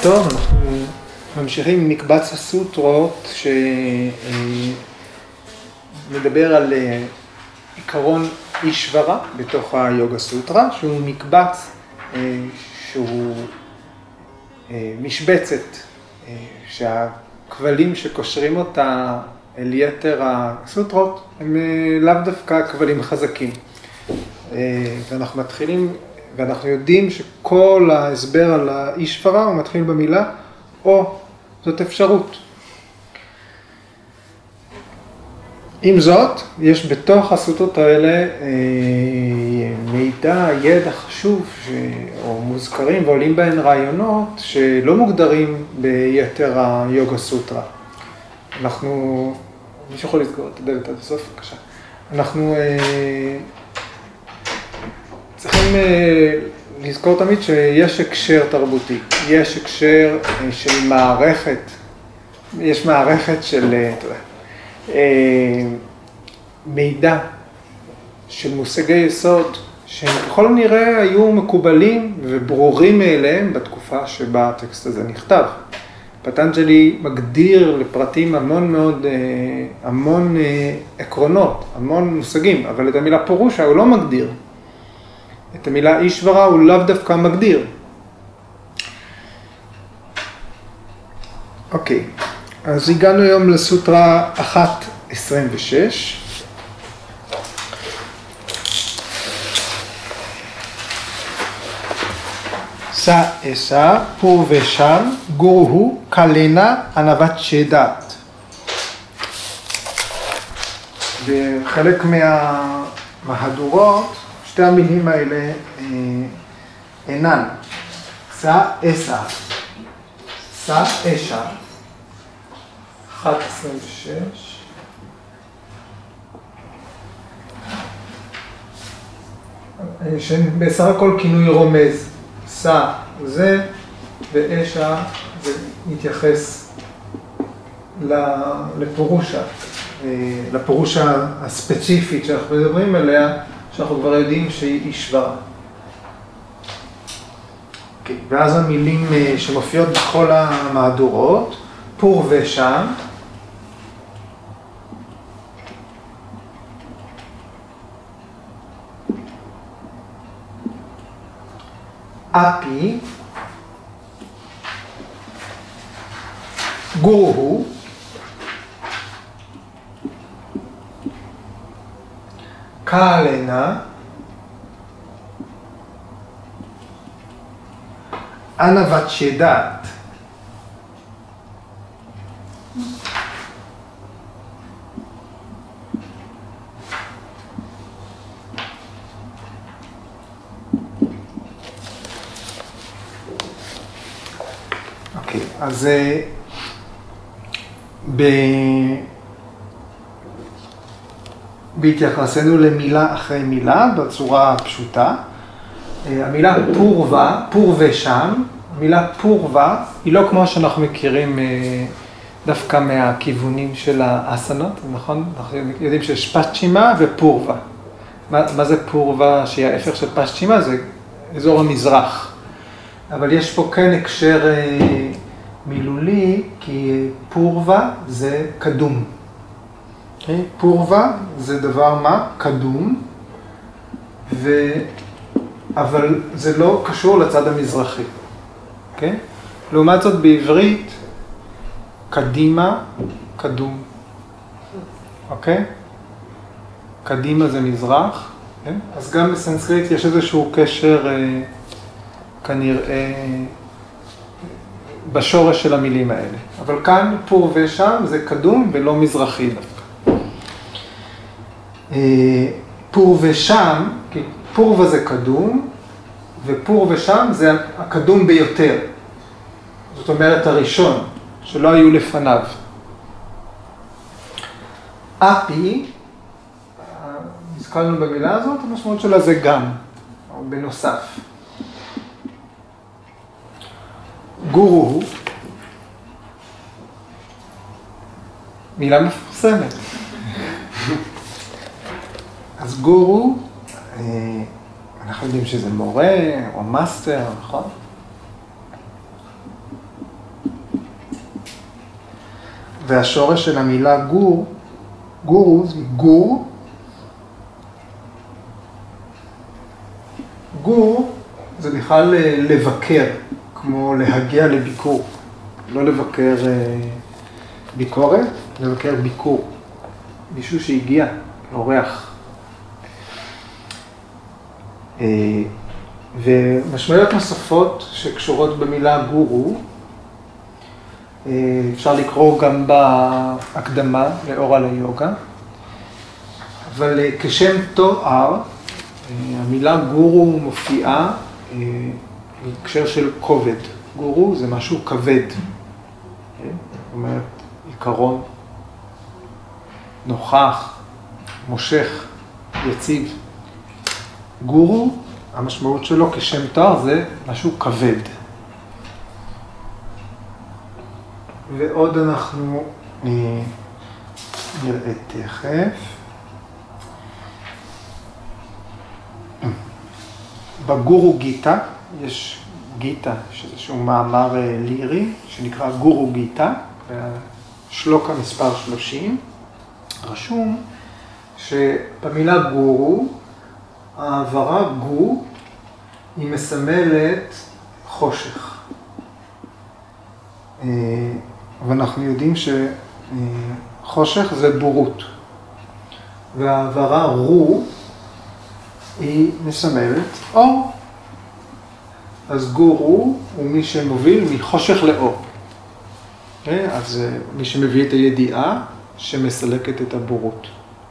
טוב, אנחנו ממשיכים עם מקבץ הסוטרות שמדבר על עיקרון אישברה בתוך היוגה סוטרה, שהוא מקבץ שהוא משבצת, שהכבלים שקושרים אותה אל יתר הסוטרות הם לאו דווקא כבלים חזקים. ואנחנו מתחילים, ואנחנו יודעים שכל ההסבר על האישברה הוא מתחיל במילה או, זאת אפשרות. עם זאת, יש בתוך הסוטרות האלה מידע, ידע חשוב, או מוזכרים ועולים בהן רעיונות שלא מוגדרים ביתר היוגה סוטרה. אנחנו, מי שיכול לסגור את הדלת עד הסוף, בבקשה. אנחנו צריכים לזכור תמיד שיש הקשר תרבותי, יש הקשר של מערכת, יש מערכת של מידע, של מושגי יסוד, שהם ככל הנראה היו מקובלים וברורים מאליהם בתקופה שבה הטקסט הזה נכתב. פטנג'לי מגדיר לפרטים המון עקרונות, המון מושגים, אבל את המילה פורושה הוא לא מגדיר. את המילה אישברה הוא לאו דווקא מגדיר. אוקיי, אז הגענו היום לסוטרה 1.26. סא אסא פורבשם גורו קלנה אנבצ'דת. בחלק מהמהדורות, שתי המילים האלה אינן. סא אסא, סא אסא, 1.26. שבסך הכל כינוי רומז. סא זה ואשא זה מתייחס לפורושה, לפורושה הספציפית שאנחנו מדברים עליה, שאנחנו כבר יודעים שהיא אישברה. ואז המילים שמופיעות בכל המהדורות, פורבשם, אפי, גורו, קלנה, אנבצ'דת. אוקיי, אז בהתייחסנו למילה אחרי מילה בצורה פשוטה, המילה פורבה, פורבשם, המילה פורבה היא לא כמו שאנחנו מכירים דווקא מהכיוונים של האסנות, נכון? אנחנו יודעים שיש פשצ'ימה ופורבה. מה זה פורבה שהיא ההפך של פשצ'ימה? זה אזור המזרח. אבל יש פה כן הקשר מילולי, כי פורבה זה קדום. Okay? פורבה זה דבר מה? קדום, אבל זה לא קשור לצד המזרחי. Okay? לעומת זאת בעברית, קדימה, קדום. אוקיי? קדימה זה מזרח. Okay? אז גם בסנסקריט יש איזשהו קשר כנראה בשורש של המילים האלה. אבל כאן פור ושם זה קדום ולא מזרחי דווקא. פור ושם, כי פור וזה קדום, ופור ושם זה הקדום ביותר. זאת אומרת הראשון, שלא היו לפניו. אפי, הזכרנו במילה הזאת, המשמעות שלה זה גם, או בנוסף. גורו, מילה מפורסמת. אז גורו, אנחנו יודעים שזה מורה או מאסטר, נכון? והשורש של המילה גורו זה גור. גור זה בכלל לבקר, כמו להגיע לביקור. לא לבקר ביקורת, לבקר ביקור. מישהו שהגיע, אורח. ומשמעויות נוספות שקשורות במילה גורו, אפשר לקרוא גם בהקדמה לאור על היוגה, אבל כשם תואר, המילה גורו מופיעה בהקשר של כובד. גורו זה משהו כבד, זאת אומרת, עיקרון, נוכח, מושך, יציב. גורו, המשמעות שלו כשם תואר זה משהו כבד. ועוד אנחנו נראה תכף. בגורו גיטה, יש גיטה, שאיזשהו מאמר לירי, שנקרא גורו גיטה, שלוקה מספר 30, רשום שבמילה גורו, העברה גו היא מסמלת חושך. ואנחנו יודעים שחושך זה בורות. והעברה רו היא מסמלת אור. אז גורו הוא מי שמוביל מחושך לאור. אז מי שמביא את הידיעה שמסלקת את הבורות.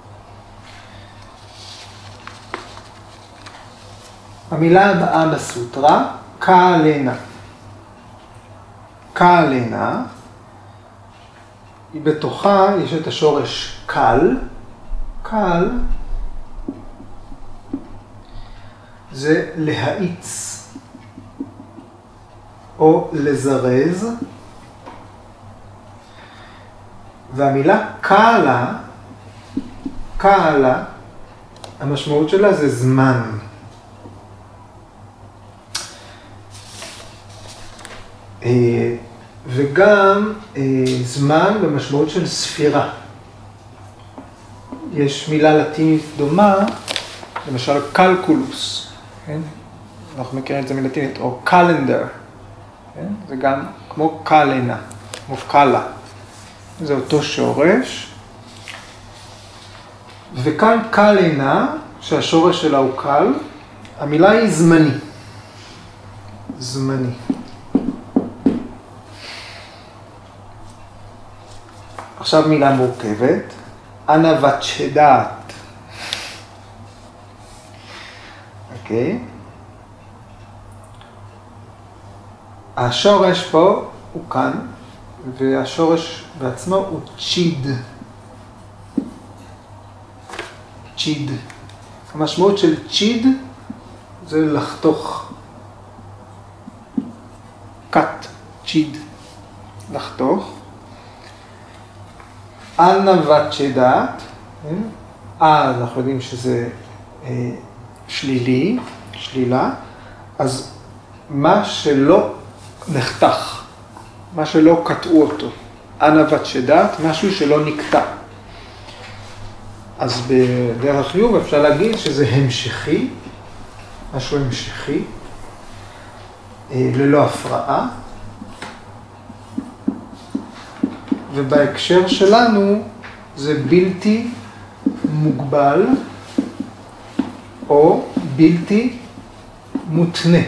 המילה הבאה בסוטרה, קאלנה. קאלנה, היא בתוכה, יש את השורש קל. קל זה להאיץ או לזרז. והמילה קאלה, קאלה, המשמעות שלה זה זמן. וגם זמן במשמעות של ספירה. יש מילה לטינית דומה, למשל קלקולוס, כן? אנחנו מכירים את זה מלטינית, או קלנדר, כן? זה גם כמו קלנה, כמו קלה. זה אותו שורש. וכאן קלנה, שהשורש שלה הוא קל, המילה היא זמני. זמני. עכשיו מילה מורכבת, אנבצ'דעת. אוקיי? השורש פה הוא כאן, והשורש בעצמו הוא צ'יד. צ'יד. המשמעות של צ'יד זה לחתוך. קט, צ'יד. לחתוך. אנבצ'דעת, אז אנחנו יודעים שזה שלילי, שלילה, אז מה שלא נחתך, מה שלא קטעו אותו, אנבצ'דעת, משהו שלא נקטע. אז בדרך חיוב אפשר להגיד שזה המשכי, משהו המשכי, ללא הפרעה. ובהקשר שלנו זה בלתי מוגבל או בלתי מותנה.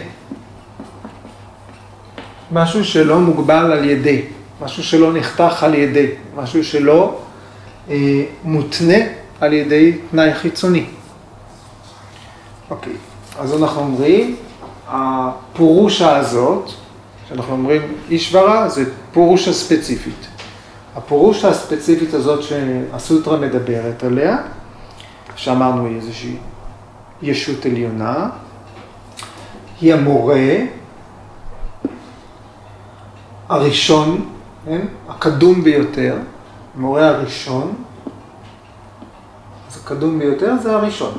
משהו שלא מוגבל על ידי, משהו שלא נחתך על ידי, משהו שלא מותנה על ידי תנאי חיצוני. אוקיי, אז אנחנו אומרים, הפורושה הזאת, שאנחנו אומרים אישברה, זה פורושה ספציפית. הפורושה הספציפית הזאת שהסוטרה מדברת עליה, שאמרנו היא איזושהי ישות עליונה, היא המורה הראשון, כן? הקדום ביותר, המורה הראשון, אז הקדום ביותר זה הראשון.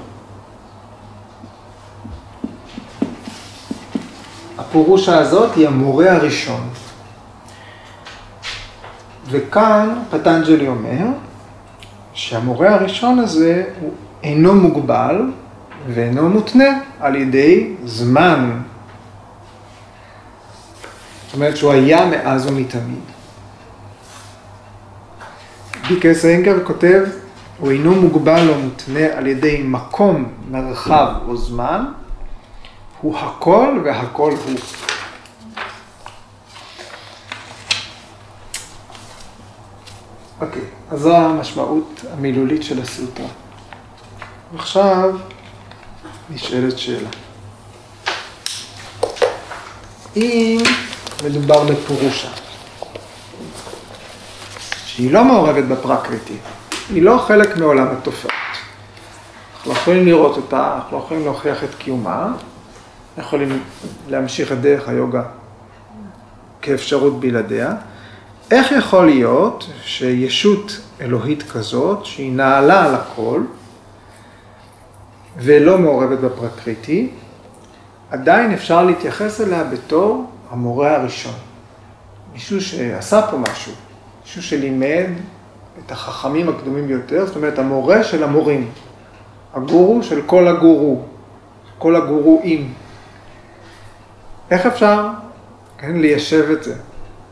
הפורושה הזאת היא המורה הראשון. וכאן פטנג'לי אומר שהמורה הראשון הזה הוא אינו מוגבל ואינו מותנה על ידי זמן. זאת אומרת שהוא היה מאז ומתמיד. ביקס איינגר כותב, הוא אינו מוגבל או מותנה על ידי מקום, מרחב או זמן, הוא הכל והכל הוא. אוקיי, אז זו המשמעות המילולית של הסוטרה. עכשיו נשאלת שאלה. אם מדובר בפורושה, שהיא לא מעורבת בפרקריטי, היא לא חלק מעולם התופעות. אנחנו לא יכולים לראות אותה, אנחנו לא יכולים להוכיח את קיומה, אנחנו יכולים להמשיך את דרך היוגה כאפשרות בלעדיה. איך יכול להיות שישות אלוהית כזאת, שהיא נעלה על הכל, ולא מעורבת בפרקריטי, עדיין אפשר להתייחס אליה בתור המורה הראשון. מישהו שעשה פה משהו, מישהו שלימד את החכמים הקדומים ביותר, זאת אומרת המורה של המורים, הגורו של כל הגורו, כל הגורואים. איך אפשר ליישב את זה?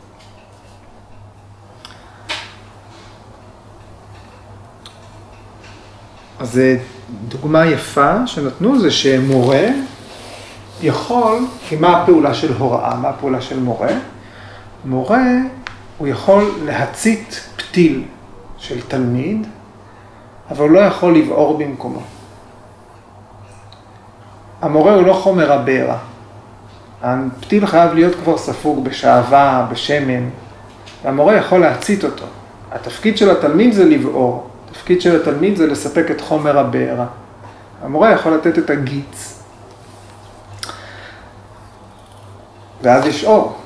אז דוגמה יפה שנתנו זה שמורה יכול, כי מה הפעולה של הוראה, מה הפעולה של מורה? מורה הוא יכול להצית פתיל של תלמיד, אבל הוא לא יכול לבעור במקומו. המורה הוא לא חומר הבעירה. הפתיל חייב להיות כבר ספוג בשעווה, בשמן, והמורה יכול להצית אותו. התפקיד של התלמיד זה לבעור. התפקיד של התלמיד זה לספק את חומר הבעירה. המורה יכול לתת את הגיץ. ואז יש אור.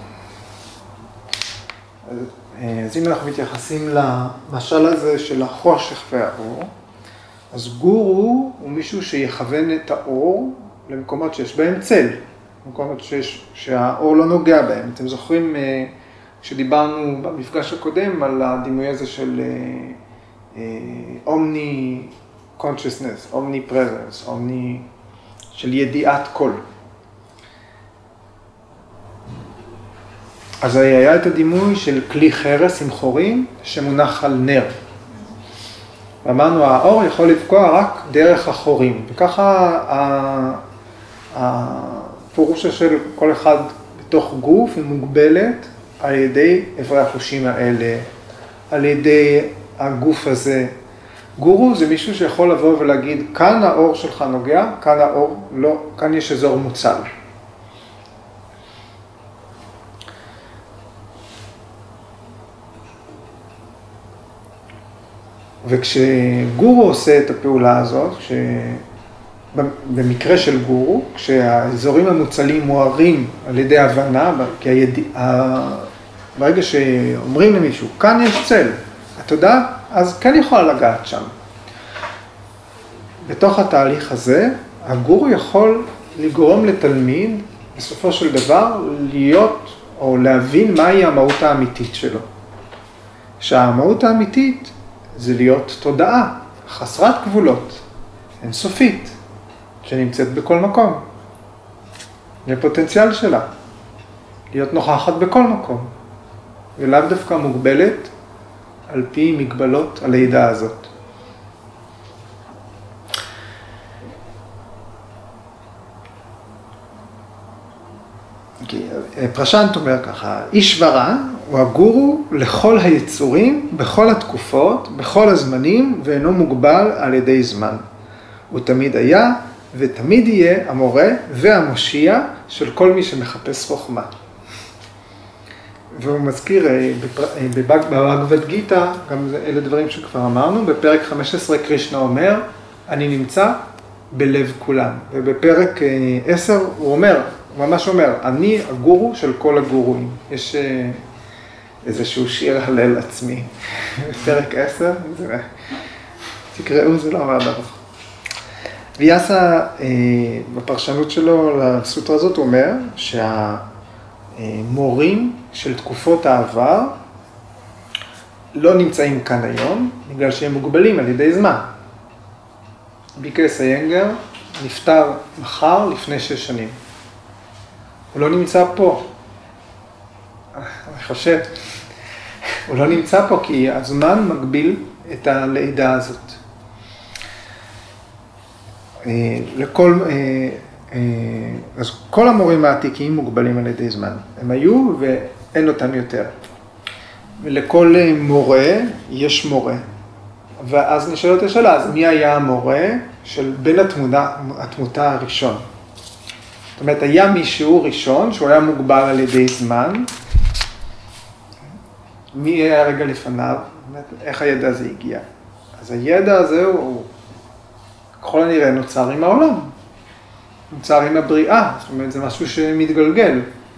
אז אם אנחנו מתייחסים למשל הזה של החושך והאור, אז גורו הוא מישהו שיכוון את האור למקומות שיש בהם צל, למקומות שהאור לא נוגע בהם. אתם זוכרים שדיברנו במפגש הקודם על הדימוי הזה של אומני קונשיוסנס, אומני פרזנס, אומני של ידיעת כל. אז היה את הדימוי של כלי חרס עם חורים שמונח על נר. ואמרנו, האור יכול לפגוע רק דרך החורים. וככה הפירושה של כל אחד בתוך גוף היא מוגבלת על ידי עברי החושים האלה, על ידי הגוף הזה. גורו זה מישהו שיכול לבוא ולהגיד, כאן האור שלך נוגע, כאן האור לא, כאן יש אזור מוצל. וכשגורו עושה את הפעולה הזאת, במקרה של גורו, כשהאזורים המוצלים מוארים על ידי הבנה, כי ברגע שאומרים למישהו, כאן יש צל, התודעה, אז כן יכולה לגעת שם. בתוך התהליך הזה, הגורו יכול לגרום לתלמיד, בסופו של דבר, להיות או להבין מהי המהות האמיתית שלו. שהמהות האמיתית זה להיות תודעה, חסרת גבולות, אינסופית, שנמצאת בכל מקום. זה פוטנציאל שלה, להיות נוכחת בכל מקום, ולאו דווקא מוגבלת על פי מגבלות הלידה הזאת. פרשנט אומר ככה, אישברה הוא הגורו לכל היצורים, בכל התקופות, בכל הזמנים, ואינו מוגבל על ידי זמן. הוא תמיד היה ותמיד יהיה המורה והמושיע של כל מי שמחפש חוכמה. והוא מזכיר בבגבד גיטה, גם אלה דברים שכבר אמרנו, בפרק 15 קרישנה אומר, אני נמצא בלב כולם. ובפרק 10 הוא אומר, הוא ממש אומר, אני הגורו של כל הגורואים. יש איזשהו שיר הלל עצמי, בפרק 10, תקראו, זה לא אומר דבר. ויאסה, בפרשנות שלו לסוטרה הזאת, הוא אומר שהמורים של תקופות העבר לא נמצאים כאן היום, בגלל שהם מוגבלים על ידי זמן. ביקרס איינגר נפטר מחר לפני 6 שנים. הוא לא נמצא פה. אני חושב. הוא לא נמצא פה כי הזמן מגביל את הלידה הזאת. אז כל המורים העתיקים מוגבלים על ידי זמן. הם היו ואין אותם יותר. ולכל מורה יש מורה. ואז נשאלת השאלה, אז מי היה המורה של בין התמותה הראשון? זאת אומרת, היה מישהו ראשון שהוא היה מוגבל על ידי זמן. מי היה רגע לפניו? איך הידע הזה הגיע? אז הידע הזה הוא ככל הנראה נוצר עם העולם. נוצר עם הבריאה. זאת אומרת, זה משהו שמתגלגל.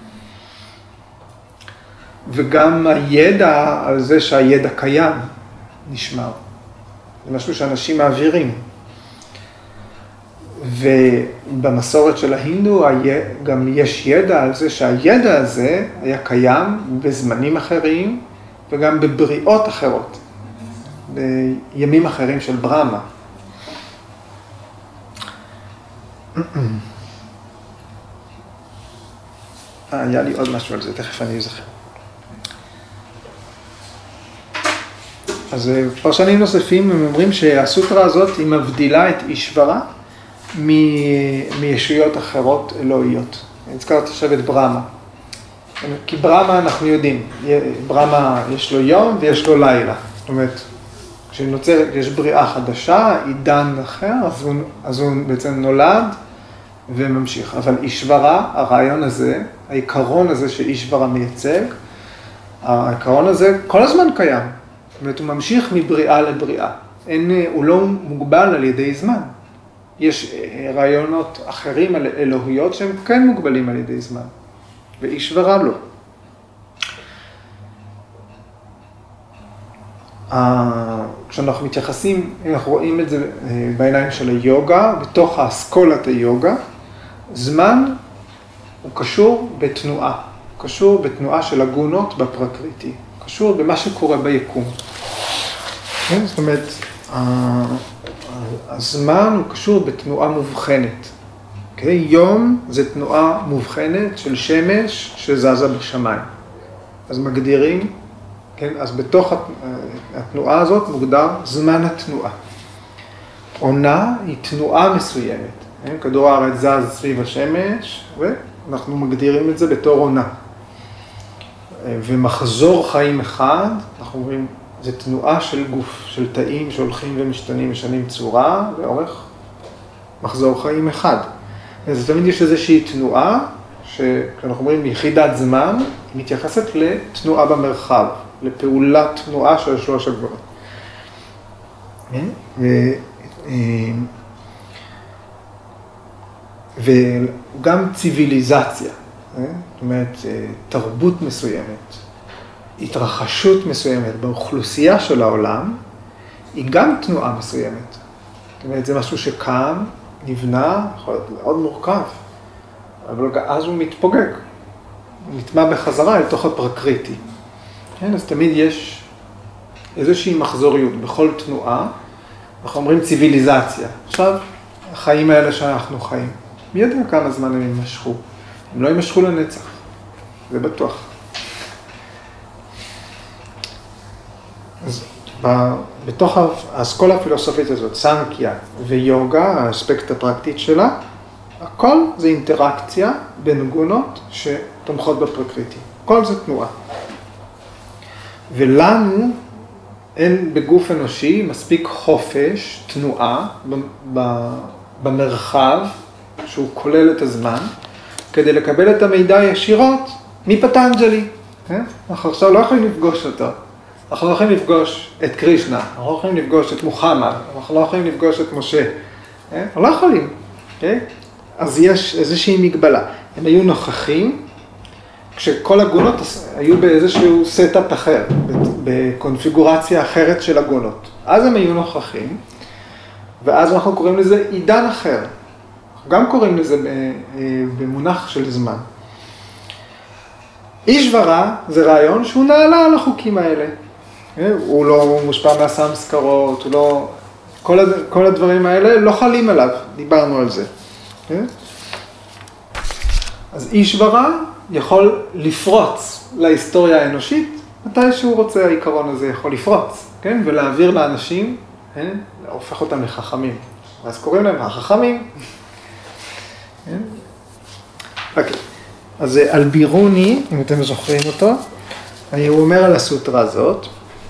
וגם הידע על זה שהידע קיים נשמר. זה משהו שאנשים מעבירים. ובמסורת של ההינדו גם יש ידע על זה שהידע הזה היה קיים בזמנים אחרים וגם בבריאות אחרות, בימים אחרים של ברמה. היה לי עוד משהו על זה, תכף אני אזכר. אז פרשנים נוספים הם אומרים שהסוטרה הזאת היא מבדילה את אישברה מישויות אחרות אלוהיות. הזכרת עכשיו את ברמה. כי ברמה אנחנו יודעים, ברמה יש לו יום ויש לו לילה. זאת אומרת, כשנוצר, יש בריאה חדשה, עידן אחר, אז הוא בעצם נולד וממשיך. אבל אישברה, הרעיון הזה, העיקרון הזה שאישברה מייצג, העיקרון הזה כל הזמן קיים. זאת אומרת, הוא ממשיך מבריאה לבריאה. הוא לא מוגבל על ידי זמן. יש רעיונות אחרים על אלוהיות שהם כן מוגבלים על ידי זמן. ואישברה לא. כשאנחנו מתייחסים, אם אנחנו רואים את זה בעיניים של היוגה, בתוך האסכולת היוגה, זמן הוא קשור בתנועה. קשור בתנועה של הגונות בפרקריטי. קשור במה שקורה ביקום. זאת אומרת, הזמן הוא קשור בתנועה מובחנת. יום זה תנועה מובחנת של שמש שזזה בשמיים. אז מגדירים, אז בתוך התנועה הזאת מוגדר זמן התנועה. עונה היא תנועה מסוימת. כדור הארץ זז סביב השמש, ואנחנו מגדירים את זה בתור עונה. ומחזור חיים אחד, אנחנו אומרים, זה תנועה של גוף, של תאים שהולכים ומשתנים, משנים צורה, לאורך מחזור חיים אחד. אז תמיד יש איזושהי תנועה, כשאנחנו אומרים יחידת זמן, היא מתייחסת לתנועה במרחב, לפעולת תנועה של 3 הגבולות. וגם ציוויליזציה, זאת אומרת, תרבות מסוימת, התרחשות מסוימת באוכלוסייה של העולם, היא גם תנועה מסוימת. זאת אומרת, זה משהו שקם, נבנה, יכול להיות מאוד מורכב, אבל אז הוא מתפוגג, הוא נטמע בחזרה אל תוך הפרקריטי. כן, אז תמיד יש איזושהי מחזוריות בכל תנועה, אנחנו אומרים ציוויליזציה. עכשיו, החיים האלה שאנחנו חיים, מי יודע כמה זמן הם יימשכו? הם לא יימשכו לנצח, זה בטוח. אז בתוך האסכולה הפילוסופית הזאת, סנקיה ויוגה, האספקט הפרקטית שלה, הכל זה אינטראקציה בין גונות שתומכות בפרקריטי. כל זה תנועה. ולנו אין בגוף אנושי מספיק חופש, תנועה, במרחב שהוא כולל את הזמן, כדי לקבל את המידע ישירות מפטנג'לי. אנחנו עכשיו לא יכולים לפגוש אותו. אנחנו לא יכולים לפגוש את קרישנה, אנחנו לא יכולים לפגוש את מוחמד, אנחנו לא יכולים לפגוש את משה. אנחנו לא יכולים. אז יש איזושהי מגבלה. הם היו נוכחים, כשכל הגונות היו באיזשהו סטאפ אחר, בקונפיגורציה אחרת של הגונות. אז הם היו נוכחים, ואז אנחנו קוראים לזה עידן אחר. אנחנו גם קוראים לזה במונח של זמן. אישברה זה רעיון שהוא נעלה על החוקים האלה. הוא לא מושפע מהסמסקרות, הוא לא... כל הדברים האלה לא חלים עליו, דיברנו על זה. אז אישברה יכול לפרוץ להיסטוריה האנושית, מתי שהוא רוצה העיקרון הזה יכול לפרוץ, כן? ולהעביר לאנשים, הופך אותם לחכמים. ואז קוראים להם החכמים. אוקיי, אז אלבירוני, אם אתם זוכרים אותו, הוא אומר על הסוטרה הזאת,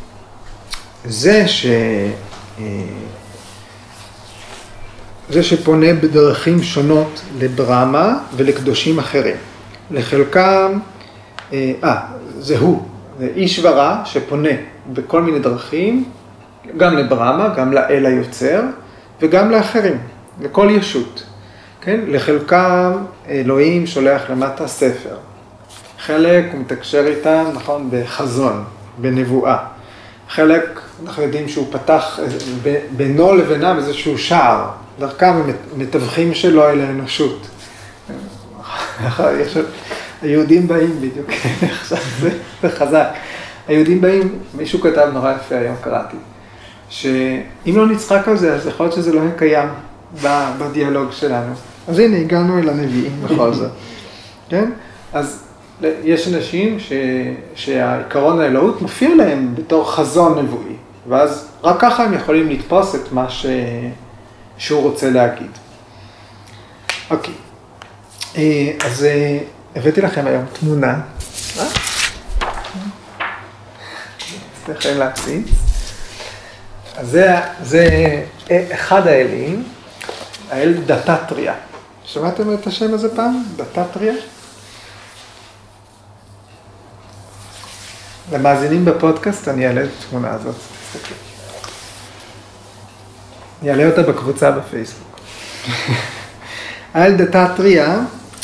זה שפונה בדרכים שונות לברמה ולקדושים אחרים. לחלקם, זה הוא, זה אישברה שפונה בכל מיני דרכים, גם לברמה, גם לאל היוצר, וגם לאחרים, לכל ישות. כן? לחלקם אלוהים שולח למטה ספר. חלק הוא מתקשר איתם, נכון, בחזון, בנבואה. חלק, אנחנו יודעים שהוא פתח בינו לבינם איזשהו שער. דרכם מתווכים שלו אל האנושות. היהודים באים בדיוק, עכשיו זה חזק. היהודים באים, מישהו כתב נורא יפה היום, קראתי, שאם לא נצחק על זה, אז יכול להיות שזה לא יהיה קיים בדיאלוג שלנו. אז הנה, הגענו אל הנביאים בכל זאת. כן? אז יש אנשים שהעיקרון האלוהות מופיע להם בתור חזון נבואי, ואז רק ככה הם יכולים לתפוס את מה שהוא רוצה להגיד. אוקיי. אז הבאתי לכם היום תמונה. צריכים להציץ. אז זה אחד האלים, האל דתטריה. שמעתם את השם הזה פעם? דתטריה? למאזינים בפודקאסט אני אעלה את התמונה הזאת. אני אעלה אותה בקבוצה בפייסבוק. האל דתטריה,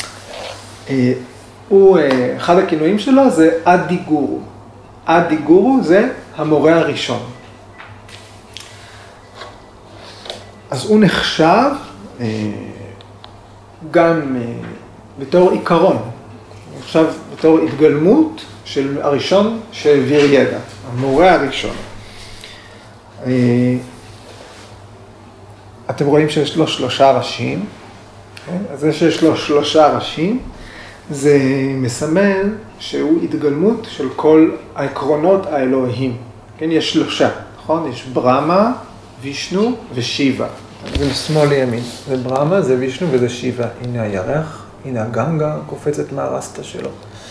אחד הכינויים שלו זה אדי גורו. אדי גורו זה המורה הראשון. אז הוא נחשב גם בתור עיקרון, נחשב בתור התגלמות של הראשון שהעביר ידע, המורה הראשון. אתם רואים שיש לו 3 ראשים, אז זה שיש לו 3 ראשים, זה מסמל שהוא התגלמות של כל העקרונות האלוהים. כן, יש 3, נכון? יש ברמה, וישנו ושיבה. זה משמאל לימין. זה ברמה, זה וישנו וזה שיבה. הנה הירח, הנה הגנגה קופצת מהרסטה שלו.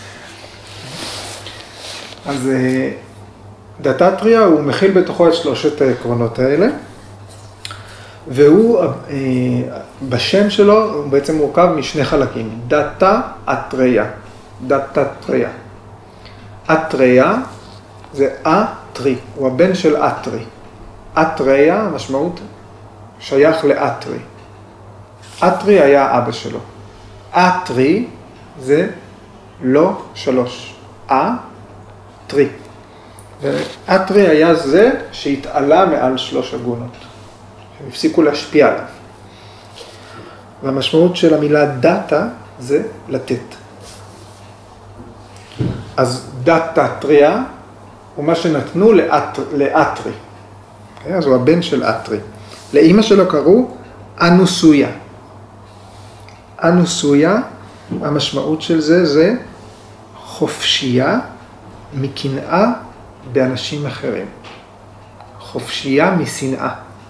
אז דתטריה הוא מכיל בתוכו את 3 העקרונות האלה, והוא, בשם שלו, הוא בעצם מורכב משני חלקים. דתא אטריה. דתטריה. אטריה זה אטרי, הוא הבן של אטרי. אטריה, המשמעות, שייך לאטרי. אטרי היה אבא שלו. אטרי זה לא 3. אטרי. ואטרי היה זה שהתעלה מעל 3 עגונות. הם הפסיקו להשפיע עליו. והמשמעות של המילה דאטה זה לתת. אז דתטריה הוא מה שנתנו לאטרי. אז הוא הבן של אטרי. לאמא שלו קראו אנוסויה. אנוסויה, המשמעות של זה חופשייה מקנאה באנשים אחרים. חופשייה משנאה.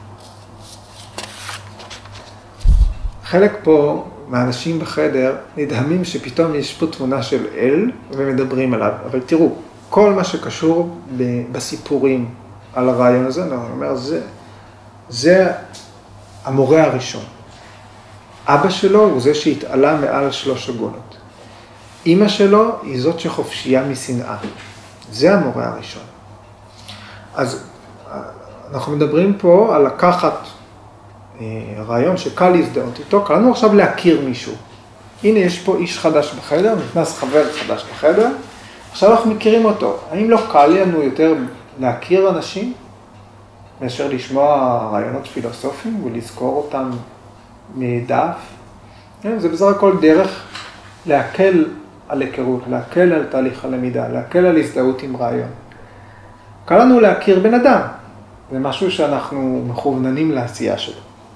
חלק פה מהאנשים בחדר נדהמים שפתאום יש פה תמונה של אל ומדברים עליו. אבל תראו, כל מה שקשור בסיפורים על הרעיון הזה, אני אומר, זה המורה הראשון. אבא שלו הוא זה שהתעלה מעל 3 עגונות. אמא שלו היא זאת שחופשייה משנאה. זה המורה הראשון. אז אנחנו מדברים פה על לקחת רעיון שקל להזדהות איתו, קל לנו עכשיו להכיר מישהו. הנה יש פה איש חדש בחדר, נכנס חבר חדש בחדר, עכשיו אנחנו מכירים אותו. האם לא קל לנו יותר להכיר אנשים, מאשר לשמוע רעיונות פילוסופיים ולזכור אותם מדף? זה בסך הכל דרך להקל על היכרות, להקל על תהליך הלמידה, להקל על הזדהות עם רעיון. קל לנו להכיר בן אדם. זה משהו שאנחנו מכווננים לעשייה שלו.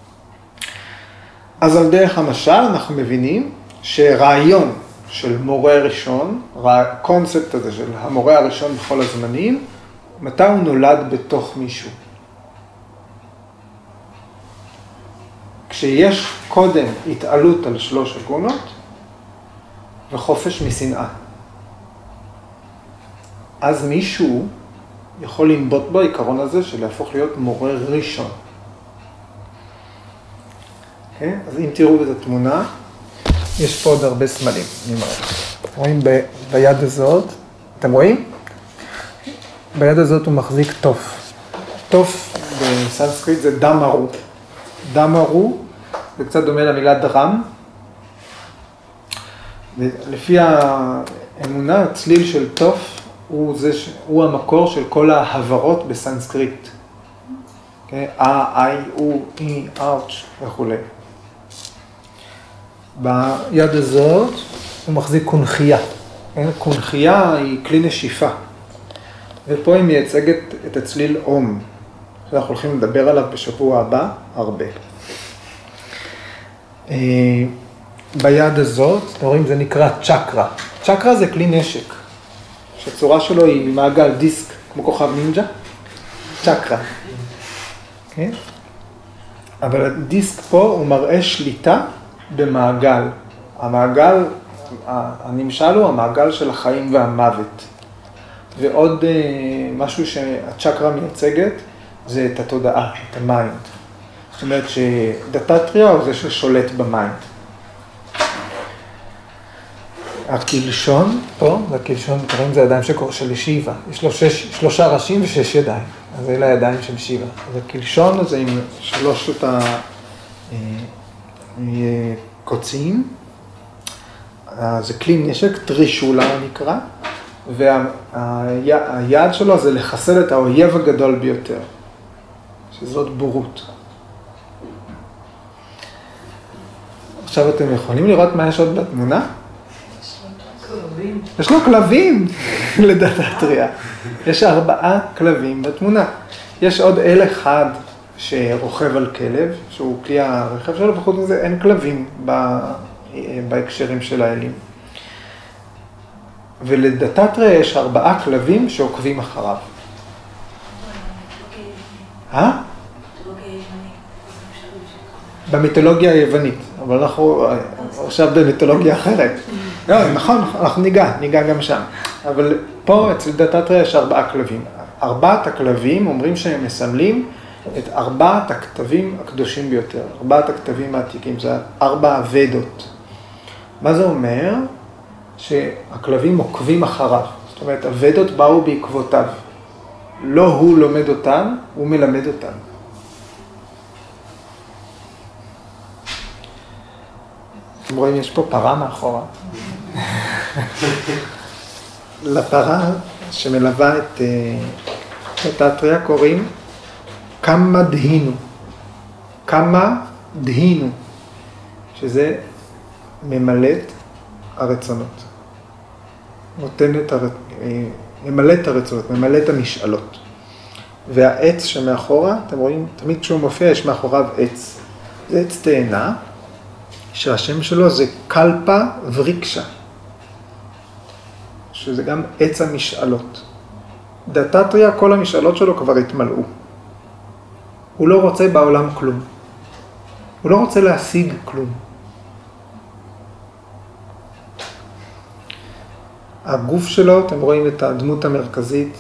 אז על דרך המשל אנחנו מבינים שרעיון של מורה ראשון, הקונספט הזה של המורה הראשון בכל הזמנים, מתי הוא נולד בתוך מישהו. כשיש קודם התעלות על 3 הגונות וחופש משנאה. אז מישהו יכול לנבוט בעיקרון הזה של להפוך להיות מורה ראשון. Okay? אז אם תראו את התמונה, יש פה עוד הרבה סמלים, אני מראה. רואים ביד הזאת, אתם רואים? ביד הזאת הוא מחזיק תוף. תוף בסנסקריט זה דמרו. דמרו זה קצת דומה למילה דרם. לפי האמונה, הצליל של תוף הוא המקור של כל ההברות בסנסקריט. איי, או, אי, אאוץ' וכו'. ביד הזאת הוא מחזיק קונחייה. קונחייה היא כלי נשיפה. ופה היא מייצגת את הצליל אום, שאנחנו הולכים לדבר עליו בשבוע הבא הרבה. ביד הזאת, אתם רואים, זה נקרא צ'קרה. צ'קרה זה כלי נשק, שהצורה שלו היא מעגל דיסק, כמו כוכב נינג'ה. צ'קרה. Okay? אבל הדיסק פה הוא מראה שליטה במעגל. המעגל, הנמשל הוא המעגל של החיים והמוות. ועוד משהו שהצ'קרה מייצגת זה את התודעה, את המיינד. זאת אומרת שדתטריה הוא זה ששולט במיינד. הקלשון פה, זה הקלשון, תראים, זה הידיים של שיבה. יש לו 3 ראשים ו6 ידיים. אז אלה הידיים של שיבה. אז הקלשון זה עם 3 קוצים. זה כלי נשק, טרישולה נקרא. והיעד שלו זה לחסל את האויב הגדול ביותר. שזאת בורות. עכשיו אתם יכולים לראות מה יש עוד בתמונה? יש לו כלבים לדתטריה. יש 4 כלבים בתמונה. יש עוד אל אחד שרוכב על כלב, שהוא כלי הרכב שלו, וחוץ מזה אין כלבים בהקשרים של האלים. ולדתטריה יש 4 כלבים שעוקבים אחריו. במיתולוגיה היוונית, אבל אנחנו עכשיו במיתולוגיה אחרת. לא, נכון, אנחנו ניגע גם שם. אבל פה אצל דתטריה יש 4 כלבים. 4 הכלבים אומרים שהם מסמלים את 4 הכתבים הקדושים ביותר. 4 הכתבים העתיקים, זה 4 הוודות. מה זה אומר? שהכלבים עוקבים אחריו. זאת אומרת, הוודות באו בעקבותיו. לא הוא לומד אותן, הוא מלמד אותן. אתם רואים, יש פה פרה מאחורה. לפרה שמלווה את דתטריה קוראים כמה דהינו. כמה דהינו, שזה ממלאת הרצונות. ממלאת הרצונות, ממלאת המשאלות. והעץ שמאחורה, אתם רואים, תמיד כשהוא מופיע יש מאחוריו עץ. זה עץ תאנה, שהשם שלו זה קלפה וריקשה, שזה גם עץ המשאלות. דתטריה, כל המשאלות שלו כבר התמלאו. הוא לא רוצה בעולם כלום. הוא לא רוצה להשיג כלום. הגוף שלו, אתם רואים את הדמות המרכזית,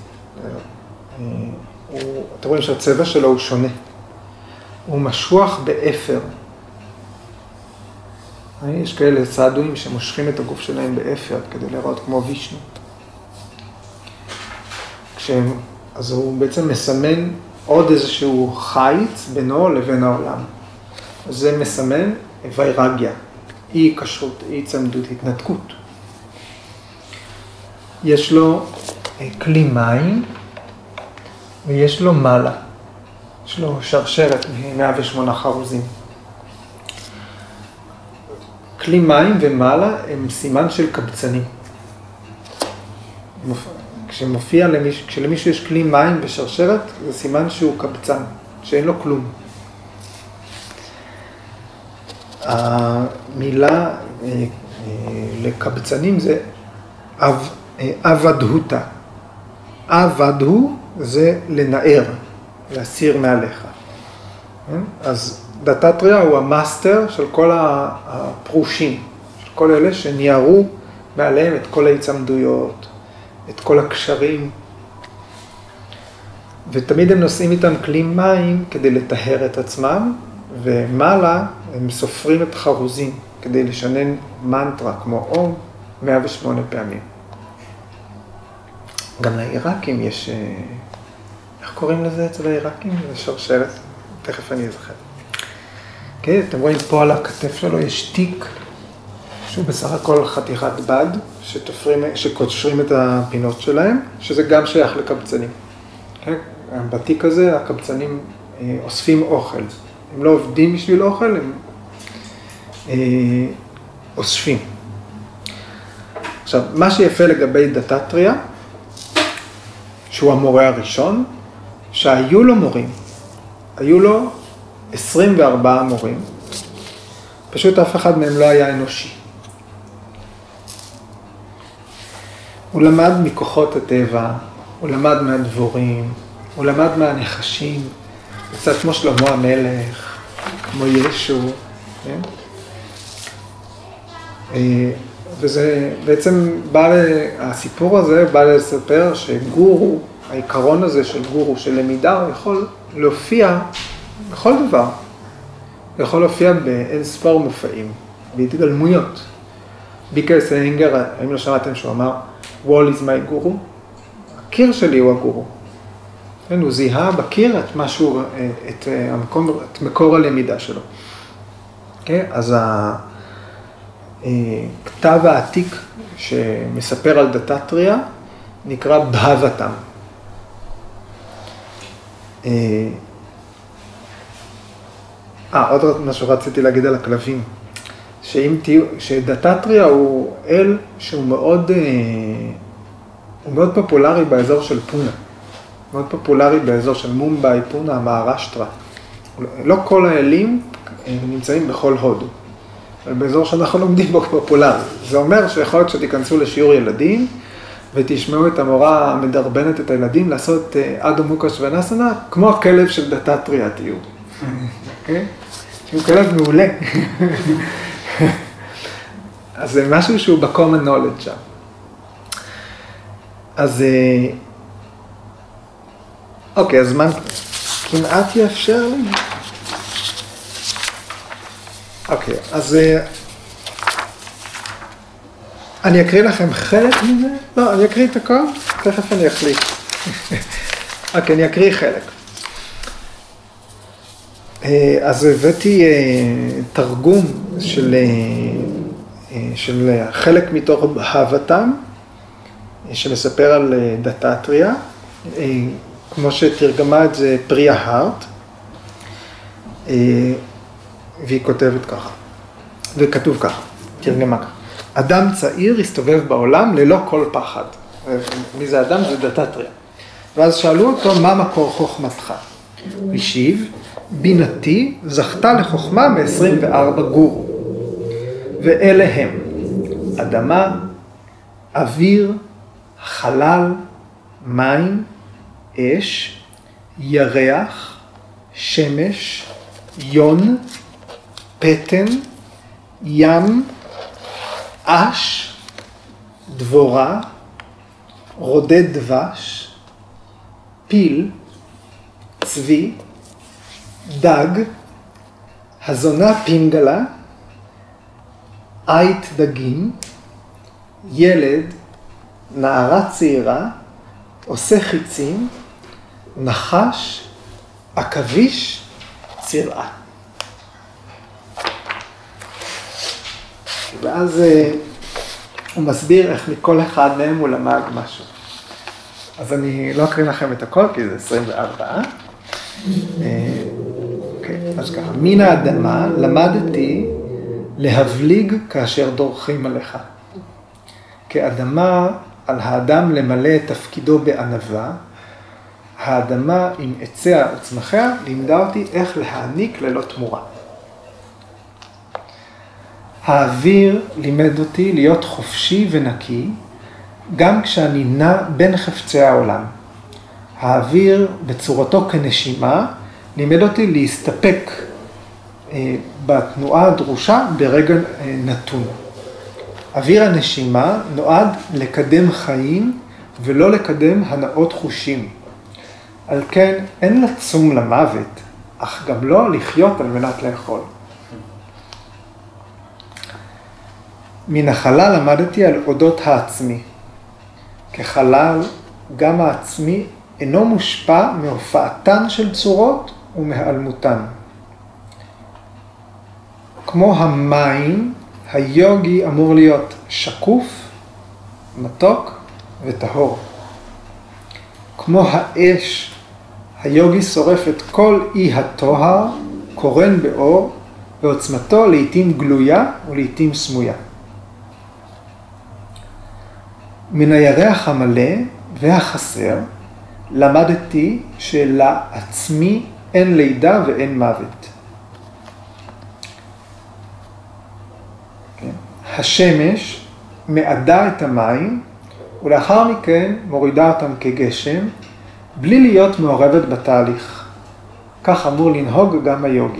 אתם רואים שהצבע שלו הוא שונה. הוא משוח באפר. יש כאלה סעדויים שמושכים את הגוף שלהם באפר כדי לראות כמו וישנו. אז הוא בעצם מסמן עוד איזשהו חיץ בינו לבין העולם. אז זה מסמן ויירגיה, אי קשרות, אי צמדות, התנתקות. יש לו כלי מים ויש לו מעלה. יש לו שרשרת מ-108 חרוזים. כלי מים ומעלה הם סימן של קבצנים. כשלמישהו יש כלי מים בשרשרת, זה סימן שהוא קבצן, שאין לו כלום. המילה לקבצנים זה אבדהותה. אבדהו זה לנער, להסיר מעליך. אז דתתריה הוא המאסטר של כל הפרושים, של כל אלה שניערו מעליהם את כל ההצמדויות, את כל הקשרים, ותמיד הם נושאים איתם כלי מים כדי לטהר את עצמם, ומעלה הם סופרים את חרוזים כדי לשנן מנטרה כמו אום 108 פעמים. גם לעיראקים יש, איך קוראים לזה אצל העיראקים? זה שרשרת, תכף אני אזכר. כן, אתם רואים פה על הכתף שלו יש תיק, שהוא בסך הכל חתיכת בד, שקושרים את הפינות שלהם, שזה גם שייך לקבצנים. כן? בתיק הזה הקבצנים אוספים אוכל. הם לא עובדים בשביל אוכל, הם אוספים. עכשיו, מה שיפה לגבי דתתריה, שהוא המורה הראשון, שהיו לו מורים. היו לו 24 מורים, פשוט אף אחד מהם לא היה אנושי. הוא למד מכוחות הטבע, הוא למד מהדבורים, הוא למד מהנחשים, קצת כמו שלמה המלך, כמו ישו, כן? וזה בעצם הסיפור הזה בא לספר שגורו, העיקרון הזה של גורו, של למידה, הוא יכול להופיע בכל דבר. הוא יכול להופיע באין ספור מופעים, בהתגלמויות. ביקר סיינגר, האם לא שמעתם שהוא אמר, wall is my guru? הקיר שלי הוא הגורו. כן, הוא זיהה בקיר את משהו, את מקור הלמידה שלו. כן, אז הכתב העתיק שמספר על דתתריה נקרא בהבתם. עוד משהו רציתי להגיד על הכלבים. שדתתריה הוא אל שהוא מאוד פופולרי באזור של פונה. מאוד פופולרי באזור של מומביי, פונה, מהראשטרה. לא כל האלים נמצאים בכל הודו. אבל באזור שאנחנו לומדים בו פופולרי. זה אומר שיכול להיות שתיכנסו לשיעור ילדים, ותשמעו את המורה המדרבנת את הילדים לעשות אדו מוקה שוונאסנה, כמו הכלב של דתתריה תהיו. אוקיי? שהוא כלב מעולה. אז זה משהו שהוא ב-common knowledge שם. אז אוקיי, הזמן כמעט יאפשר לי. אוקיי, אז אני אקריא לכם חלק מזה? לא, אני אקריא את הכל, תכף אני אחליט. אוקיי, אני אקריא חלק. אז הבאתי תרגום של חלק מתוך בהבתם, שמספר על דתתריה, כמו שתרגמה את זה פריה הארט, והיא כותבת ככה, וכתוב ככה, תרגמה ככה. אדם צעיר הסתובב בעולם ללא כל פחד. מי זה אדם? זה דתתריה. ואז שאלו אותו, מה מקור חוכמתך? השיב, בינתי זכתה לחוכמה מ-24 גורו. ואלה הם אדמה, אוויר, חלל, מים, אש, ירח, שמש, יון, פטן, ים, אש, דבורה, רודד דבש, פיל, צבי, דג, הזונה פינגלה, עית דגים, ילד, נערה צעירה, עושה חיצים, נחש, עכביש, צירעה. ואז הוא מסביר איך מכל אחד מהם הוא למד משהו. אז אני לא אקריא לכם את הכל, כי זה 24. אז ככה, מן האדמה למדתי להבליג כאשר דורכים עליך. כאדמה על האדם למלא את תפקידו בענווה, האדמה עם עציה וצמחיה לימדה אותי איך להעניק ללא תמורה. האוויר לימד אותי להיות חופשי ונקי, גם כשאני נע בין חפצי העולם. האוויר בצורתו כנשימה לימד אותי להסתפק בתנועה הדרושה ברגע נתון. אוויר הנשימה נועד לקדם חיים ולא לקדם הנאות חושים. על כן אין לצום למוות, אך גם לא לחיות על מנת לאכול. מן החלל למדתי על אודות העצמי. כחלל, גם העצמי אינו מושפע מהופעתן של צורות ומהיעלמותן. כמו המים, היוגי אמור להיות שקוף, מתוק וטהור. כמו האש, היוגי שורף את כל אי הטוהר, קורן באור, ועוצמתו לעתים גלויה ולעתים סמויה. מן הירח המלא והחסר למדתי שלעצמי אין לידה ואין מוות. השמש מעדה את המים ולאחר מכן מורידה אותם כגשם בלי להיות מעורבת בתהליך. כך אמור לנהוג גם היוגי.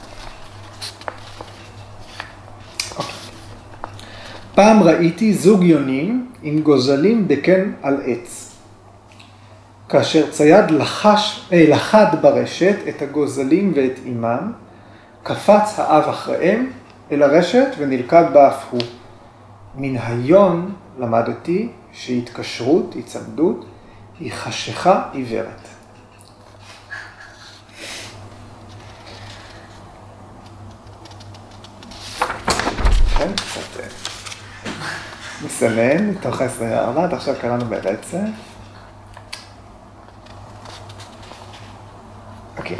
פעם ראיתי זוג יונים עם גוזלים דקן על עץ. כאשר צייד לחד ברשת את הגוזלים ואת אימם, קפץ האב אחריהם אל הרשת ונלכד בה אף הוא. מן היון למדתי שהתקשרות, הצמדות, היא חשיכה עיוורת. כן, קצת מסנן, מתוך 24, עכשיו קראנו ברצף. אוקיי.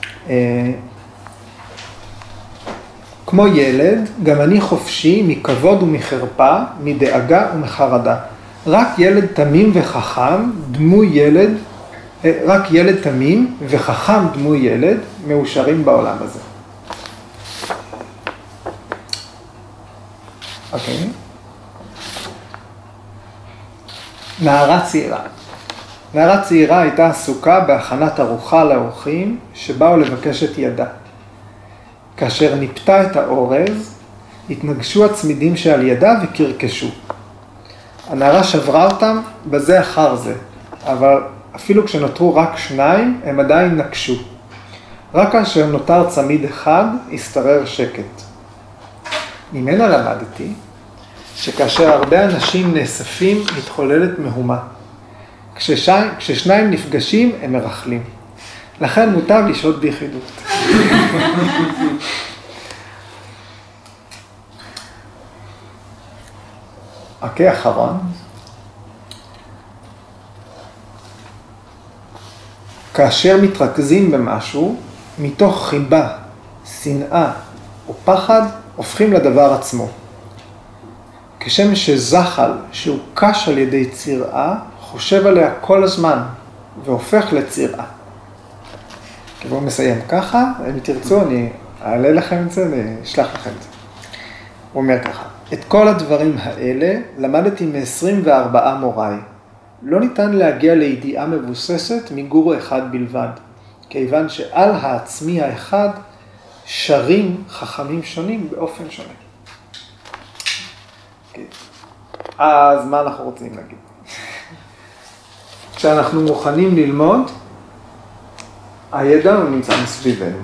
כמו ילד, גם אני חופשי מכבוד ומחרפה, מדאגה ומחרדה. רק ילד תמים וחכם, רק ילד תמים וחכם דמוי ילד, מאושרים בעולם הזה. אוקיי. נערה צעירה. נערה צעירה הייתה עסוקה בהכנת ארוחה לאורחים שבאו לבקש את ידה. כאשר ניפתה את האורז, התנגשו הצמידים שעל ידה וקרקשו. הנערה שברה אותם בזה אחר זה, אבל אפילו כשנותרו רק 2, הם עדיין נקשו. רק כאשר נותר צמיד אחד, הסתרר שקט. ממנה למדתי שכאשר הרבה אנשים נאספים, מתחוללת מהומה. כששניים נפגשים, הם מרחלים. לכן מוטב לשהות ביחידות. אוקיי, אחרון. כאשר מתרכזים במשהו, מתוך חיבה, שנאה או פחד, הופכים לדבר עצמו. כשם שזחל שהוא קש על ידי צירעה, חושב עליה כל הזמן והופך לצירעה. בואו מסיים ככה, אם תרצו אני אעלה לכם את זה ואשלח לכם את זה. הוא אומר ככה, את כל הדברים האלה למדתי מ-24 מוריי. לא ניתן להגיע לידיעה מבוססת מגורו אחד בלבד, כיוון שעל העצמי האחד שרים חכמים שונים באופן שונה. אז מה אנחנו רוצים להגיד? כשאנחנו מוכנים ללמוד, הידע הוא נמצא מסביבנו.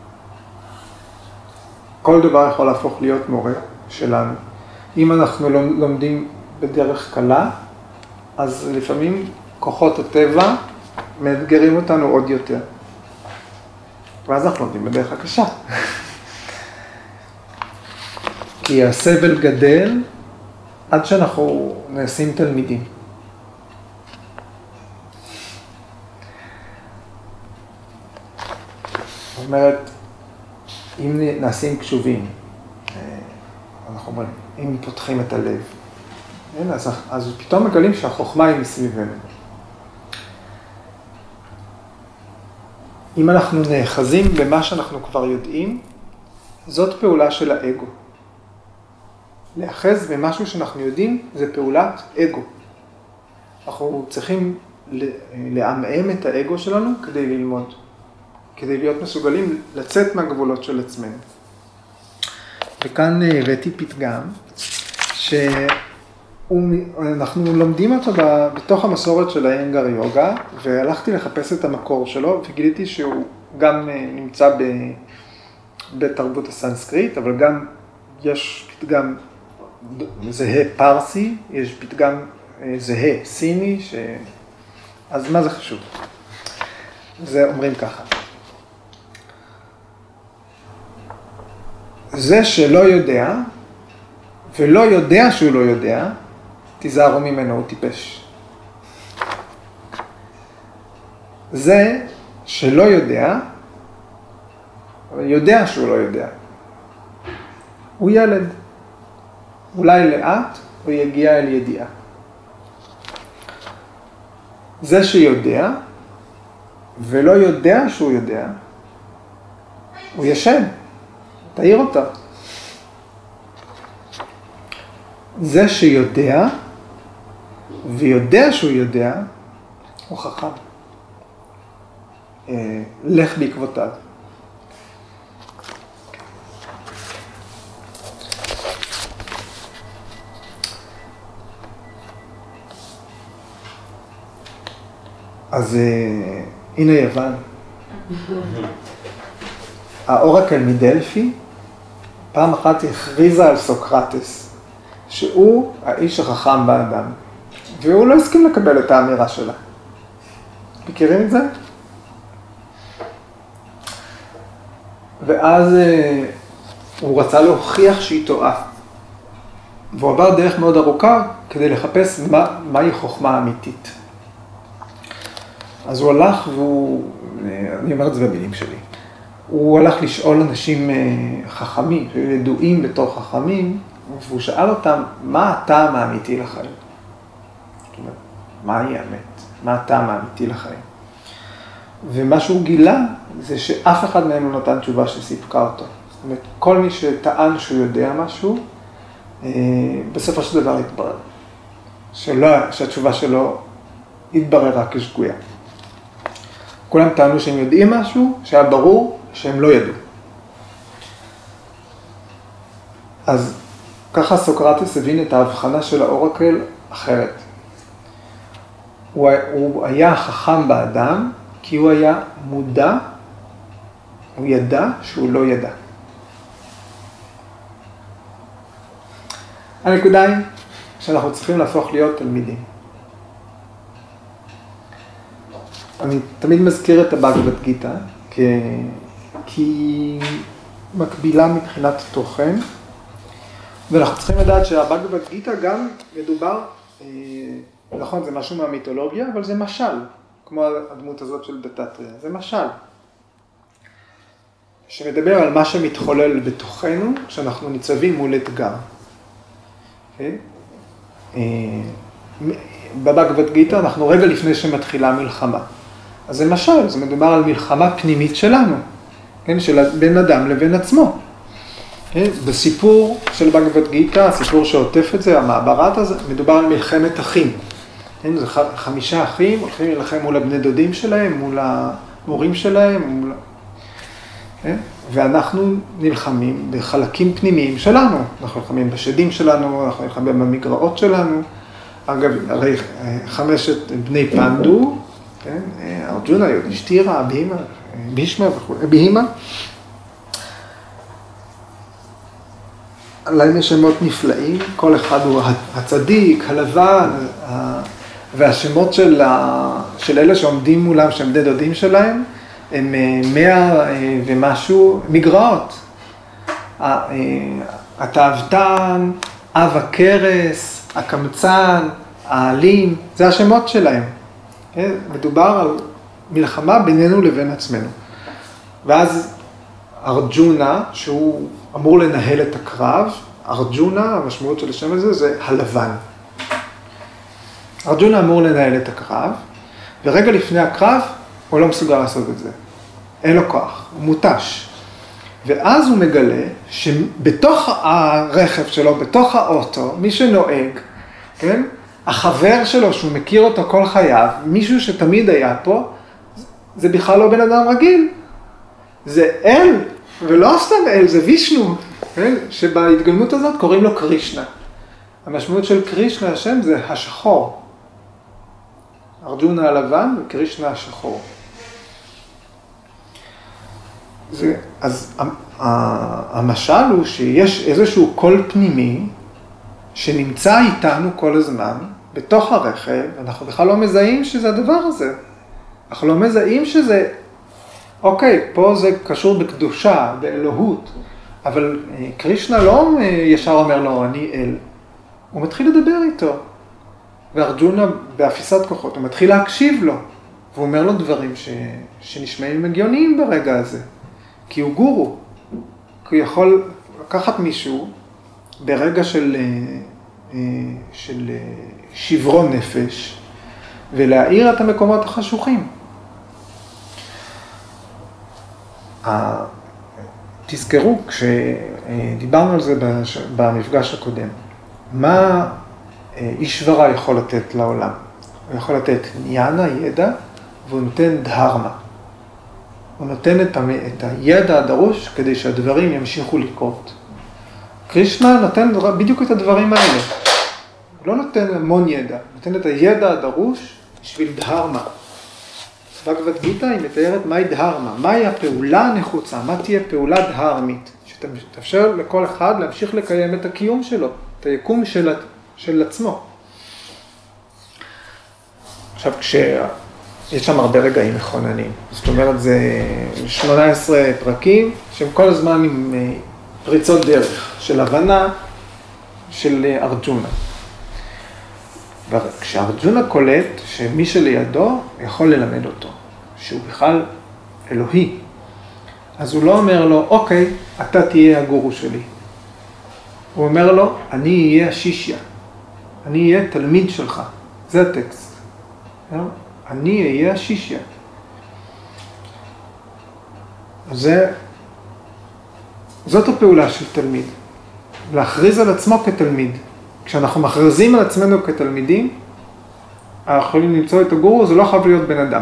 כל דבר יכול להפוך להיות מורה שלנו. אם אנחנו לומדים בדרך קלה, אז לפעמים כוחות הטבע מאתגרים אותנו עוד יותר. ואז אנחנו לומדים בדרך הקשה. כי הסבל גדל עד שאנחנו נעשים תלמידים. זאת אומרת, אם נעשים קשובים, אנחנו אומרים, אם פותחים את הלב, אז פתאום מגלים שהחוכמה היא מסביבנו. אם אנחנו נאחזים במה שאנחנו כבר יודעים, זאת פעולה של האגו. לאחז במשהו שאנחנו יודעים זה פעולת אגו. אנחנו צריכים לעמעם את האגו שלנו כדי ללמוד, כדי להיות מסוגלים לצאת מהגבולות של עצמנו. וכאן הבאתי פתגם שאנחנו לומדים אותו בתוך המסורת של האיינגר יוגה, והלכתי לחפש את המקור שלו וגיליתי שהוא גם נמצא בתרבות הסנסקריט, אבל גם יש פתגם זהה פרסי, יש פתגם זהה סיני, אז מה זה חשוב? זה אומרים ככה. זה שלא יודע, ולא יודע שהוא לא יודע, תיזהרו ממנו, הוא טיפש. זה שלא יודע, אבל יודע שהוא לא יודע. הוא ילד. אולי לאט הוא יגיע אל ידיעה. זה שיודע, ולא יודע שהוא יודע, הוא ישן. תעיר אותה. זה שיודע, ויודע שהוא יודע, הוא חכם. לך בעקבותיו. אז הנה יוון. האורקל מדלפי פעם אחת הכריזה על סוקרטס, שהוא האיש החכם באדם, והוא לא הסכים לקבל את האמירה שלה. מכירים את זה? ואז הוא רצה להוכיח שהיא טועה. והוא עבר דרך מאוד ארוכה כדי לחפש מהי חוכמה אמיתית. אז הוא הלך אני אומר את זה במילים שלי, הוא הלך לשאול אנשים חכמים, ידועים בתור חכמים, והוא שאל אותם, מה הטעם האמיתי לחיים? מהי האמת? מה הטעם האמיתי לחיים? ומה שהוא גילה זה שאף אחד מהם לא נתן תשובה שסיפקה אותו. זאת אומרת, כל מי שטען שהוא יודע משהו, בסופו של דבר התברר. שהתשובה שלו התבררה כשגויה. כולם טענו שהם יודעים משהו, שהיה ברור שהם לא ידעו. אז ככה סוקרטס הבין את ההבחנה של האורקל אחרת. הוא היה חכם באדם, כי הוא היה מודע, הוא ידע שהוא לא ידע. הנקודה היא שאנחנו צריכים להפוך להיות תלמידים. אני תמיד מזכיר את הבאגבד גיטה, כי מקבילה מבחינת תוכן, ואנחנו צריכים לדעת שהבאגבד גיטה גם מדובר, נכון, זה משהו מהמיתולוגיה, אבל זה משל, כמו הדמות הזאת של דתתריה, זה משל. שמדבר על מה שמתחולל בתוכנו, כשאנחנו ניצבים מול אתגר. בבאגבד גיטה אנחנו רגע לפני שמתחילה מלחמה. אז זה משל, זה מדובר על מלחמה פנימית שלנו, כן? של בן אדם לבין עצמו. בסיפור של באגבד גיטה, הסיפור שעוטף את זה, המעברת הזה, מדובר על מלחמת אחים. זה 5 אחים, הולכים להילחם מול הבני דודים שלהם, מול המורים שלהם, ואנחנו נלחמים בחלקים פנימיים שלנו. אנחנו נלחמים בשדים שלנו, אנחנו נלחמים במגרעות שלנו. אגב, הרי 5 בני פנדו, ארג'ונה, יודישתירה, בישמה וכו', בהימה. להם יש שמות נפלאים, כל אחד הוא הצדיק, הלבן, והשמות של אלה שעומדים מולם, שהם בני דודים שלהם, הם 100 ומשהו מגרעות. התאוותן, אב הכרס, הקמצן, העלים, זה השמות שלהם. מדובר על מלחמה בינינו לבין עצמנו. ואז ארג'ונה, שהוא אמור לנהל את הקרב, ארג'ונה, המשמעות של השם הזה, זה הלבן. ארג'ונה אמור לנהל את הקרב, ורגע לפני הקרב הוא לא מסוגל לעשות את זה. אין לו כוח, הוא מותש. ואז הוא מגלה שבתוך הרכב שלו, בתוך האוטו, מי שנוהג, כן? החבר שלו שהוא מכיר אותו כל חייו, מישהו שתמיד היה פה, זה בכלל לא בן אדם רגיל. זה אל, ולא סתם אל, זה וישנו, כן? שבהתגלמות הזאת קוראים לו קרישנה. המשמעות של קרישנה השם זה השחור. ארג'ונה הלבן וקרישנה השחור. אז המשל הוא שיש איזשהו קול פנימי שנמצא איתנו כל הזמן, בתוך הרכב, אנחנו בכלל לא מזהים שזה הדבר הזה. אנחנו לא מזהים שזה, אוקיי, פה זה קשור בקדושה, באלוהות, אבל קרישנה לא ישר אומר לו, אני אל. הוא מתחיל לדבר איתו, וארג'ונה באפיסת כוחות, הוא מתחיל להקשיב לו, והוא אומר לו דברים שנשמעים הגיוניים ברגע הזה, כי הוא גורו, כי הוא יכול לקחת מישהו ברגע של שברון נפש, ולהאיר את המקומות החשוכים. תזכרו, כשדיברנו על זה במפגש הקודם, מה אישברה יכול לתת לעולם? הוא יכול לתת ניאנה, ידע, והוא נותן דהרמה. הוא נותן את הידע הדרוש כדי שהדברים ימשיכו לקרות. קרישנה נותן בדיוק את הדברים האלה. הוא לא נותן המון ידע, הוא נותן את הידע הדרוש בשביל דהרמה. בגבד גיטה היא מתארת מהי דהרמה, מהי הפעולה הנחוצה, מה תהיה פעולה דהרמית, שתאפשר לכל אחד להמשיך לקיים את הקיום שלו, את היקום של עצמו. עכשיו, יש שם הרבה רגעים מכוננים, זאת אומרת, זה 18 פרקים שהם כל הזמן עם פריצות דרך של הבנה של ארג'ונה. וכשארג'ונה קולט שמי שלידו יכול ללמד אותו, שהוא בכלל אלוהי, אז הוא לא אומר לו, אוקיי, אתה תהיה הגורו שלי. הוא אומר לו, אני אהיה השישיה, אני אהיה תלמיד שלך. זה הטקסט. אני אהיה השישיה. זאת הפעולה של תלמיד. להכריז על עצמו כתלמיד. כשאנחנו מכריזים על עצמנו כתלמידים, אנחנו יכולים למצוא את הגורו, זה לא חייב להיות בן אדם.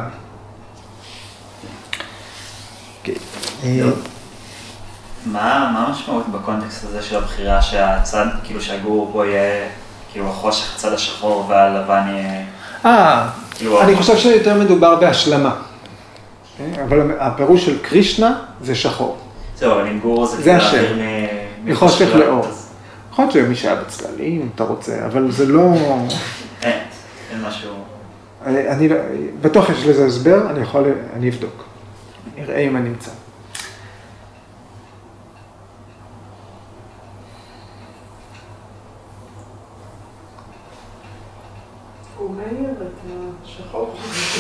מה המשמעות בקונטקסט הזה של הבחירה שהצד, כאילו שהגורו פה יהיה, כאילו החושך, הצד השחור והלבן יהיה... אני חושב שיותר מדובר בהשלמה. אבל הפירוש של קרישנה זה שחור. זהו, אבל עם גורו זה להעביר מחושך לאור. יכול להיות שמי שהיה בצללים, אם אתה רוצה, אבל זה לא... אין משהו... אני בטוח יש לזה הסבר, אני אבדוק. נראה אם אני נמצא. הוא מעיר את השחור.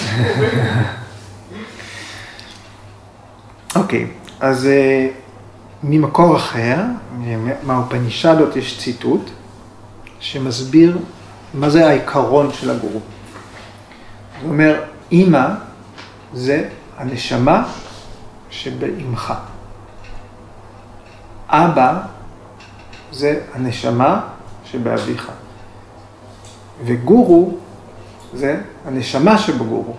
אוקיי, אז ממקור אחר, מהאופנישדות יש ציטוט שמסביר מה זה העיקרון של הגורו. זאת אומרת, אמא זה הנשמה שבאמך. אבא זה הנשמה שבאביך. וגורו זה הנשמה שבגורו.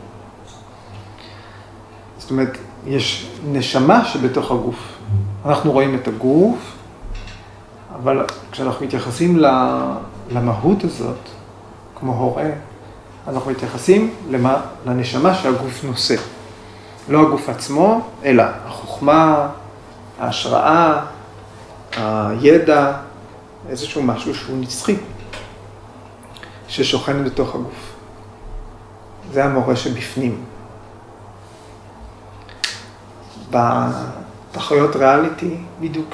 זאת אומרת, יש נשמה שבתוך הגוף. אנחנו רואים את הגוף, אבל כשאנחנו מתייחסים למהות הזאת, כמו הורה, אנחנו מתייחסים לנשמה שהגוף נושא. לא הגוף עצמו, אלא החוכמה, ההשראה, הידע, איזשהו משהו שהוא נצחי, ששוכן בתוך הגוף. זה המורה שבפנים. בתחרויות ריאליטי, בדיוק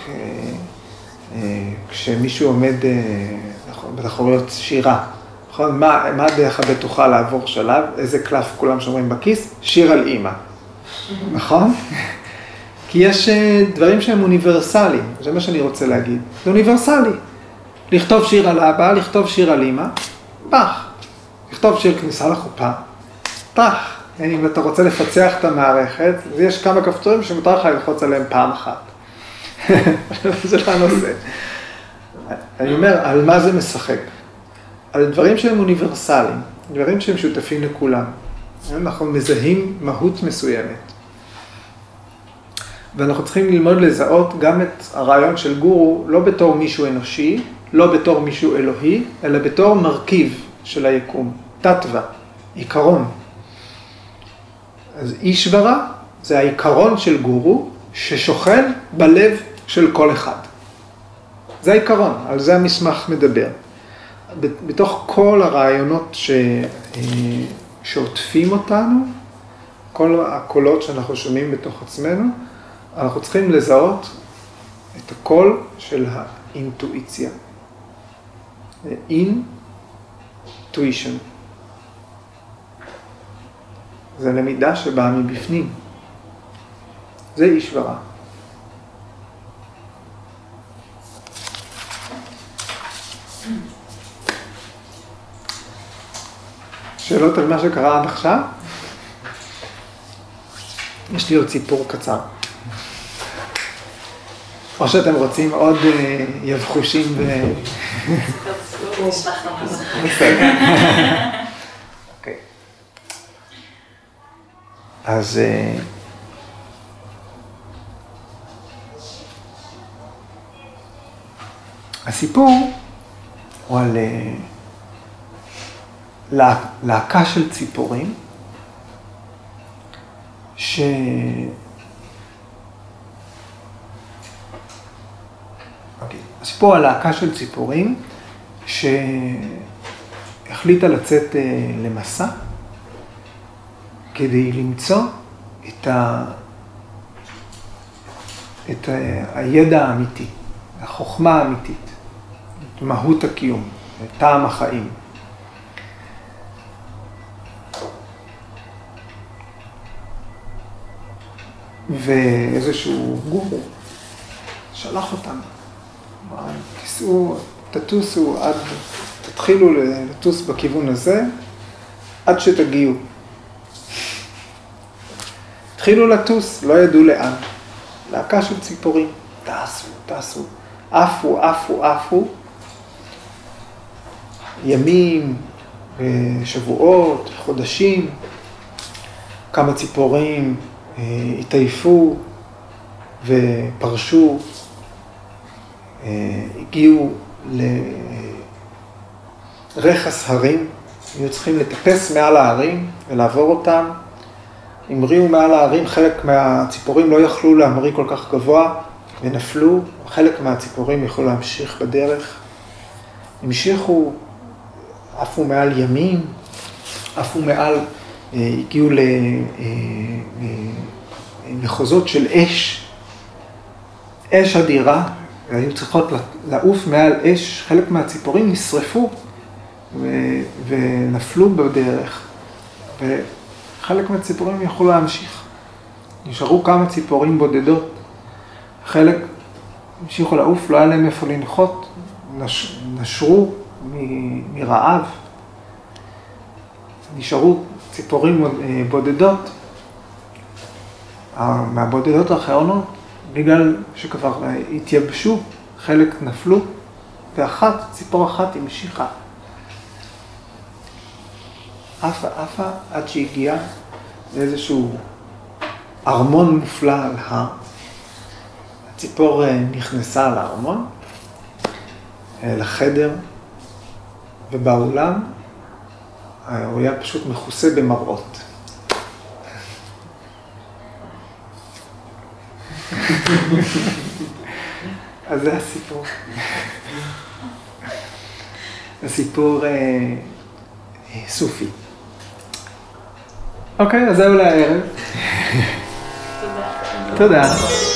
כשמישהו עומד בתחרויות שירה, נכון? מה הדרך הבטוחה לעבור שלב? איזה קלף כולם שומרים בכיס? שיר על אמא, נכון? כי יש דברים שהם אוניברסליים, זה מה שאני רוצה להגיד. זה אוניברסלי. לכתוב שיר על אבא, לכתוב שיר על אמא, פח. תכתוב שיר כניסה לחופה, טח, אם אתה רוצה לפצח את המערכת, אז יש כמה כפתורים שמותר לך ללחוץ עליהם פעם אחת. זה לא הנושא. אני אומר, על מה זה משחק? על דברים שהם אוניברסליים, דברים שהם שותפים לכולם. אנחנו מזהים מהות מסוימת. ואנחנו צריכים ללמוד לזהות גם את הרעיון של גורו, לא בתור מישהו אנושי, לא בתור מישהו אלוהי, אלא בתור מרכיב של היקום, תתווה, עיקרון. אז אישברה זה העיקרון של גורו ששוכן בלב של כל אחד. זה העיקרון, על זה המסמך מדבר. בתוך כל הרעיונות שעוטפים אותנו, כל הקולות שאנחנו שומעים בתוך עצמנו, אנחנו צריכים לזהות את הקול של האינטואיציה. Intuition. זה למידה שבאה מבפנים. זה אישברה. שאלות על מה שקרה עד עכשיו? יש לי עוד סיפור קצר. או שאתם רוצים עוד יבחושים ו... בסדר. אוקיי. אז... הסיפור הוא על להקה של ציפורים הסיפור על להקה של ציפורים שהחליטה לצאת למסע כדי למצוא את הידע האמיתי, החוכמה האמיתית, את מהות הקיום, את טעם החיים. ואיזשהו גורו שלח אותם. תטוסו תתחילו לטוס בכיוון הזה, עד שתגיעו. התחילו לטוס, לא ידעו לאן. להקה של ציפורים, טסו, עפו, ימים, שבועות, חודשים, כמה ציפורים התעייפו ופרשו, הגיעו לרכס הרים, היו צריכים לטפס מעל ההרים ולעבור אותם. המריאו מעל ההרים, חלק מהציפורים לא יכלו להמריא כל כך גבוה ונפלו, חלק מהציפורים יכלו להמשיך בדרך. המשיכו, עפו מעל ימים, עפו מעל, הגיעו למחוזות של אש אדירה, והיו צריכות לעוף מעל אש, חלק מהציפורים נשרפו ונפלו בדרך, וחלק מהציפורים יכלו להמשיך. נשארו כמה ציפורים בודדות, חלק המשיכו לעוף, לא היה להם איפה לנחות, נשרו מרעב, נשארו ציפורים בודדות, מהבודדות האחרונות, בגלל שכבר התייבשו, חלק נפלו, ציפור אחת המשיכה. עפה, עד שהגיעה לאיזשהו ארמון מופלא על הר. הציפור נכנסה לארמון, לחדר, ובאולם הוא היה פשוט מכוסה במראות. אז זה הסיפור. הסיפור סופי. אוקיי, אז זהו לערב. תודה. תודה.